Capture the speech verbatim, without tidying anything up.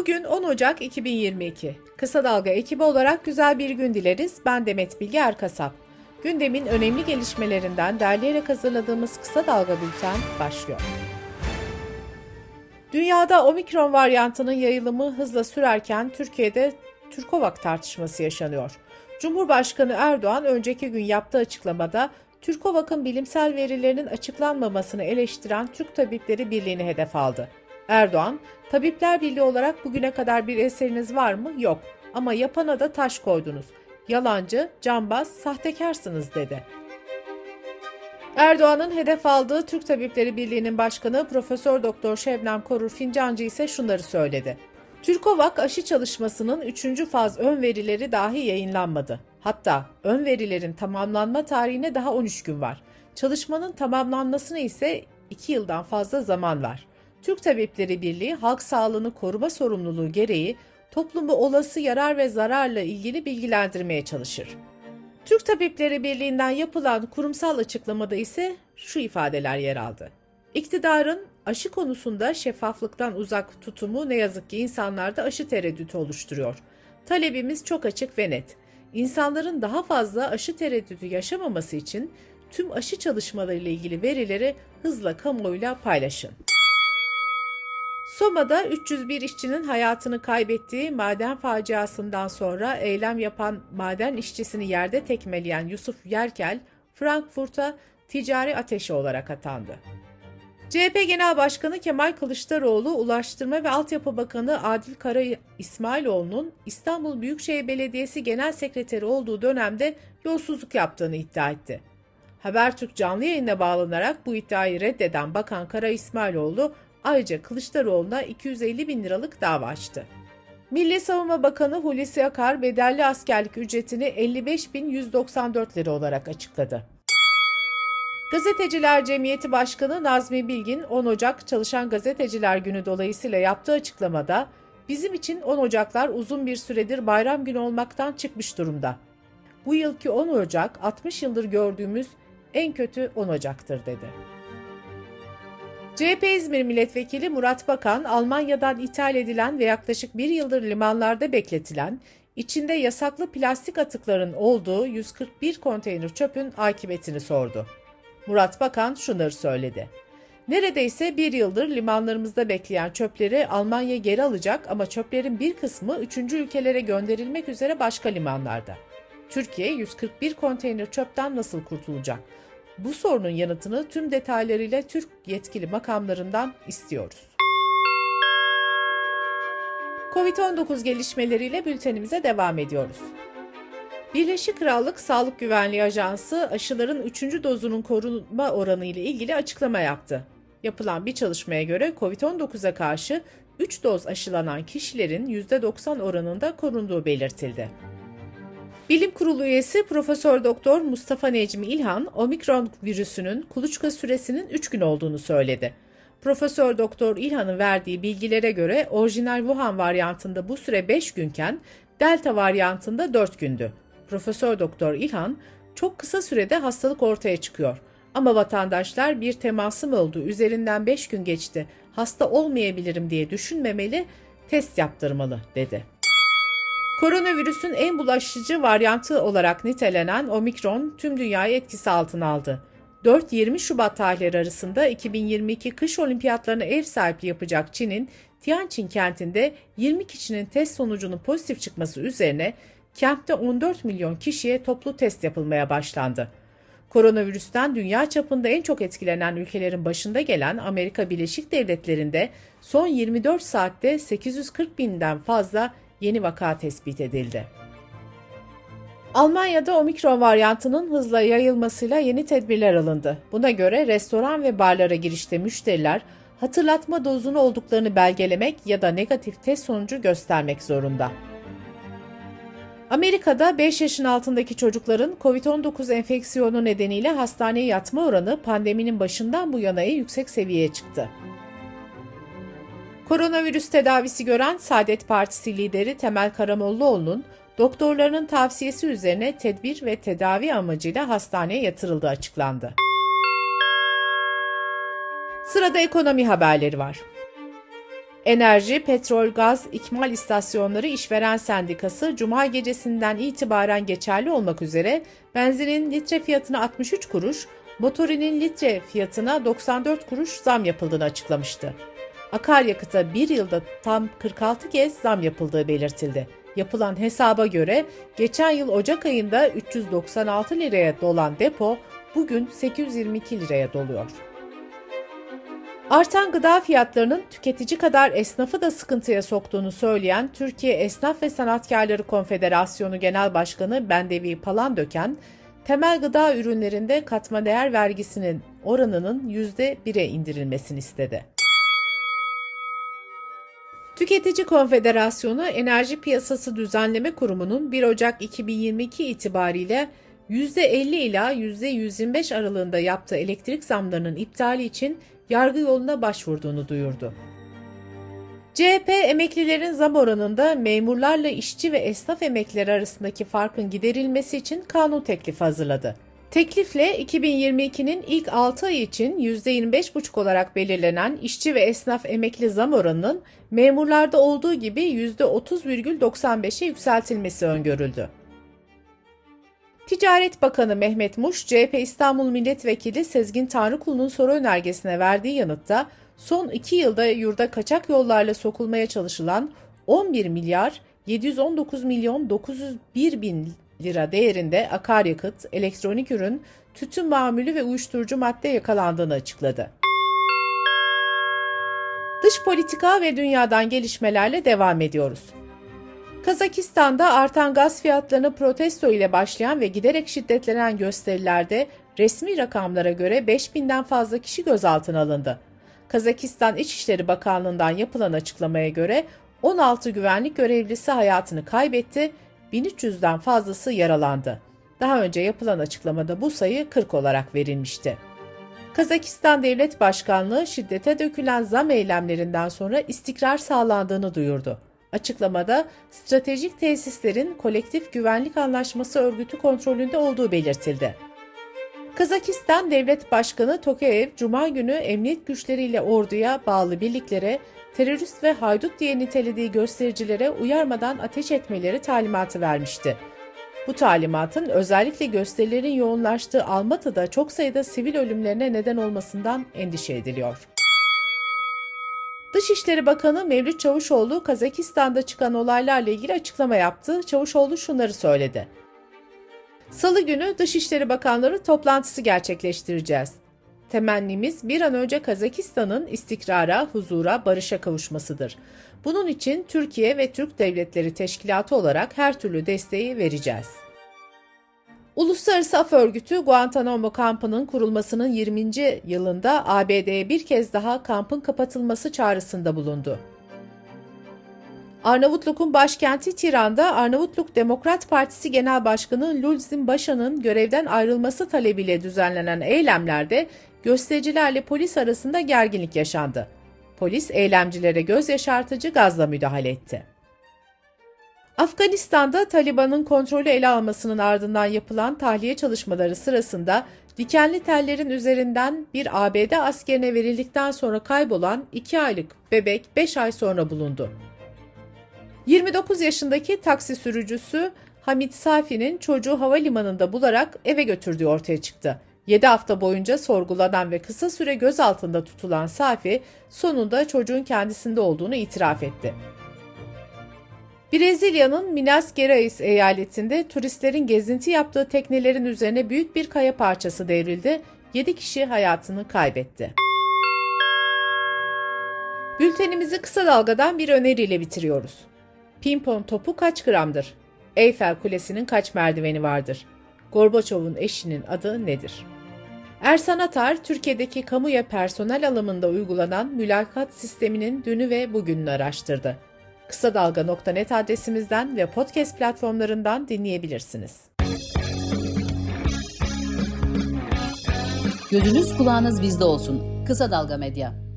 Bugün on Ocak iki bin yirmi iki. Kısa Dalga ekibi olarak güzel bir gün dileriz. Ben Demet Bilge Erkasap. Gündemin önemli gelişmelerinden derleyerek hazırladığımız Kısa Dalga Bülten başlıyor. Dünyada omikron varyantının yayılımı hızla sürerken Türkiye'de Türkovak tartışması yaşanıyor. Cumhurbaşkanı Erdoğan önceki gün yaptığı açıklamada Türkovak'ın bilimsel verilerinin açıklanmamasını eleştiren Türk Tabipleri Birliği'ni hedef aldı. Erdoğan, Tabipler Birliği olarak bugüne kadar bir eseriniz var mı? Yok. Ama yapana da taş koydunuz. Yalancı, cambaz, sahtekarsınız dedi. Erdoğan'ın hedef aldığı Türk Tabipleri Birliği'nin başkanı Profesör Doktor Şebnem Korur Fincancı ise şunları söyledi. Türkovak aşı çalışmasının üçüncü faz ön verileri dahi yayınlanmadı. Hatta ön verilerin tamamlanma tarihine daha on üç gün var. Çalışmanın tamamlanmasına ise iki yıldan fazla zaman var. Türk Tabipleri Birliği halk sağlığını koruma sorumluluğu gereği toplumu olası yarar ve zararla ilgili bilgilendirmeye çalışır. Türk Tabipleri Birliği'nden yapılan kurumsal açıklamada ise şu ifadeler yer aldı. İktidarın aşı konusunda şeffaflıktan uzak tutumu ne yazık ki insanlarda aşı tereddütü oluşturuyor. Talebimiz çok açık ve net. İnsanların daha fazla aşı tereddütü yaşamaması için tüm aşı çalışmalarıyla ilgili verileri hızla kamuoyuyla paylaşın. Soma'da üç yüz bir işçinin hayatını kaybettiği maden faciasından sonra eylem yapan maden işçisini yerde tekmeleyen Yusuf Yerkel, Frankfurt'a ticari ateşi olarak atandı. C H P Genel Başkanı Kemal Kılıçdaroğlu, Ulaştırma ve Altyapı Bakanı Adil Kara İsmailoğlu'nun İstanbul Büyükşehir Belediyesi Genel Sekreteri olduğu dönemde yolsuzluk yaptığını iddia etti. Habertürk canlı yayına bağlanarak bu iddiayı reddeden Bakan Kara İsmailoğlu, ayrıca Kılıçdaroğlu'na iki yüz elli bin liralık dava açtı. Milli Savunma Bakanı Hulusi Akar bedelli askerlik ücretini elli beş bin yüz doksan dört lira olarak açıkladı. Gazeteciler Cemiyeti Başkanı Nazmi Bilgin on Ocak Çalışan Gazeteciler Günü dolayısıyla yaptığı açıklamada bizim için on Ocaklar uzun bir süredir bayram günü olmaktan çıkmış durumda. Bu yılki on Ocak altmış yıldır gördüğümüz en kötü on Ocak'tır dedi. C H P İzmir Milletvekili Murat Bakan, Almanya'dan ithal edilen ve yaklaşık bir yıldır limanlarda bekletilen, içinde yasaklı plastik atıkların olduğu yüz kırk bir konteyner çöpün akıbetini sordu. Murat Bakan şunları söyledi. Neredeyse bir yıldır limanlarımızda bekleyen çöpleri Almanya geri alacak ama çöplerin bir kısmı üçüncü ülkelere gönderilmek üzere başka limanlarda. Türkiye yüz kırk bir konteyner çöpten nasıl kurtulacak? Bu sorunun yanıtını tüm detaylarıyla Türk yetkili makamlarından istiyoruz. kovid on dokuz gelişmeleriyle bültenimize devam ediyoruz. Birleşik Krallık Sağlık Güvenliği Ajansı aşıların üçüncü dozunun korunma oranı ile ilgili açıklama yaptı. Yapılan bir çalışmaya göre kovid on dokuza karşı üç doz aşılanan kişilerin yüzde doksan oranında korunduğu belirtildi. Bilim Kurulu üyesi Profesör Doktor Mustafa Necmi İlhan, omikron virüsünün kuluçka süresinin üç gün olduğunu söyledi. Profesör Doktor İlhan'ın verdiği bilgilere göre orijinal Wuhan varyantında bu süre beş günken Delta varyantında dört gündü. Profesör Doktor İlhan, çok kısa sürede hastalık ortaya çıkıyor. Ama vatandaşlar bir temasım oldu, üzerinden beş gün geçti, hasta olmayabilirim diye düşünmemeli, test yaptırmalı dedi. Koronavirüsün en bulaşıcı varyantı olarak nitelenen omikron tüm dünyayı etkisi altına aldı. dört yirmi Şubat tarihleri arasında iki bin yirmi iki kış olimpiyatlarına ev sahipliği yapacak Çin'in Tianjin kentinde yirmi kişinin test sonucunun pozitif çıkması üzerine kentte on dört milyon kişiye toplu test yapılmaya başlandı. Koronavirüsten dünya çapında en çok etkilenen ülkelerin başında gelen Amerika Birleşik Devletleri'nde son yirmi dört saatte sekiz yüz kırk binden fazla yeni vaka tespit edildi. Almanya'da omikron varyantının hızla yayılmasıyla yeni tedbirler alındı. Buna göre restoran ve barlara girişte müşteriler hatırlatma dozunu olduklarını belgelemek ya da negatif test sonucu göstermek zorunda. Amerika'da beş yaşın altındaki çocukların kovid on dokuz enfeksiyonu nedeniyle hastaneye yatma oranı pandeminin başından bu yana en yüksek seviyeye çıktı. Koronavirüs tedavisi gören Saadet Partisi lideri Temel Karamollaoğlu'nun doktorlarının tavsiyesi üzerine tedbir ve tedavi amacıyla hastaneye yatırıldığı açıklandı. Sırada ekonomi haberleri var. Enerji, Petrol, Gaz, İkmal İstasyonları İşveren Sendikası, Cuma gecesinden itibaren geçerli olmak üzere benzinin litre fiyatına altmış üç kuruş, motorinin litre fiyatına doksan dört kuruş zam yapıldığını açıklamıştı. Akaryakıta bir yılda tam kırk altı kez zam yapıldığı belirtildi. Yapılan hesaba göre geçen yıl Ocak ayında üç yüz doksan altı liraya dolan depo bugün sekiz yüz yirmi iki liraya doluyor. Artan gıda fiyatlarının tüketici kadar esnafı da sıkıntıya soktuğunu söyleyen Türkiye Esnaf ve Sanatkarları Konfederasyonu Genel Başkanı Bendevi Palandöken, temel gıda ürünlerinde katma değer vergisinin oranının yüzde bire indirilmesini istedi. Tüketici Konfederasyonu Enerji Piyasası Düzenleme Kurumu'nun bir Ocak iki bin yirmi iki itibariyle yüzde elli ila yüzde yüz yirmi beş aralığında yaptığı elektrik zamlarının iptali için yargı yoluna başvurduğunu duyurdu. C H P, emeklilerin zam oranında memurlarla işçi ve esnaf emeklileri arasındaki farkın giderilmesi için kanun teklifi hazırladı. Teklifle iki bin yirmi ikinin ilk altı ay için yüzde yirmi beş virgül beş olarak belirlenen işçi ve esnaf emekli zam oranının memurlarda olduğu gibi yüzde otuz virgül doksan beşe yükseltilmesi öngörüldü. Ticaret Bakanı Mehmet Muş, C H P İstanbul Milletvekili Sezgin Tanrıkulu'nun soru önergesine verdiği yanıtta, son iki yılda yurda kaçak yollarla sokulmaya çalışılan on bir milyar yedi yüz on dokuz milyon dokuz yüz bir bin lira değerinde akaryakıt, elektronik ürün, tütün mamulü ve uyuşturucu madde yakalandığını açıkladı. Dış politika ve dünyadan gelişmelerle devam ediyoruz. Kazakistan'da artan gaz fiyatlarını protesto ile başlayan ve giderek şiddetlenen gösterilerde resmi rakamlara göre beş binden fazla kişi gözaltına alındı. Kazakistan İçişleri Bakanlığı'ndan yapılan açıklamaya göre on altı güvenlik görevlisi hayatını kaybetti, bin üç yüzden fazlası yaralandı. Daha önce yapılan açıklamada bu sayı kırk olarak verilmişti. Kazakistan Devlet Başkanlığı şiddete dökülen zam eylemlerinden sonra istikrar sağlandığını duyurdu. Açıklamada stratejik tesislerin Kolektif Güvenlik Anlaşması örgütü kontrolünde olduğu belirtildi. Kazakistan Devlet Başkanı Tokayev, Cuma günü emniyet güçleriyle orduya bağlı birliklere, terörist ve haydut diye nitelediği göstericilere uyarmadan ateş etmeleri talimatı vermişti. Bu talimatın özellikle gösterilerin yoğunlaştığı Almatı'da çok sayıda sivil ölümlerine neden olmasından endişe ediliyor. Dışişleri Bakanı Mevlüt Çavuşoğlu, Kazakistan'da çıkan olaylarla ilgili açıklama yaptı. Çavuşoğlu şunları söyledi. Salı günü Dışişleri Bakanları toplantısı gerçekleştireceğiz. Temennimiz bir an önce Kazakistan'ın istikrara, huzura, barışa kavuşmasıdır. Bunun için Türkiye ve Türk Devletleri Teşkilatı olarak her türlü desteği vereceğiz. Uluslararası Af Örgütü, Guantanamo kampının kurulmasının yirminci yılında A B D'ye bir kez daha kampın kapatılması çağrısında bulundu. Arnavutluk'un başkenti Tiran'da Arnavutluk Demokrat Partisi Genel Başkanı Lulzim Başan'ın görevden ayrılması talebiyle düzenlenen eylemlerde göstericilerle polis arasında gerginlik yaşandı. Polis eylemcilere göz yaşartıcı gazla müdahale etti. Afganistan'da Taliban'ın kontrolü ele almasının ardından yapılan tahliye çalışmaları sırasında dikenli tellerin üzerinden bir A B D askerine verildikten sonra kaybolan iki aylık bebek beş ay sonra bulundu. yirmi dokuz yaşındaki taksi sürücüsü Hamid Safi'nin çocuğu havalimanında bularak eve götürdüğü ortaya çıktı. yedi hafta boyunca sorgulanan ve kısa süre gözaltında tutulan Safi, sonunda çocuğun kendisinde olduğunu itiraf etti. Brezilya'nın Minas Gerais eyaletinde turistlerin gezinti yaptığı teknelerin üzerine büyük bir kaya parçası devrildi, yedi kişi hayatını kaybetti. Bültenimizi kısa dalgadan bir öneriyle bitiriyoruz. Pimpon topu kaç gramdır? Eyfel Kulesi'nin kaç merdiveni vardır? Gorbaçov'un eşinin adı nedir? Ersan Atar, Türkiye'deki kamuya personel alımında uygulanan mülakat sisteminin dünü ve bugününü araştırdı. kısa dalga nokta net adresimizden ve podcast platformlarından dinleyebilirsiniz. Gözünüz kulağınız bizde olsun. Kısa Dalga Medya.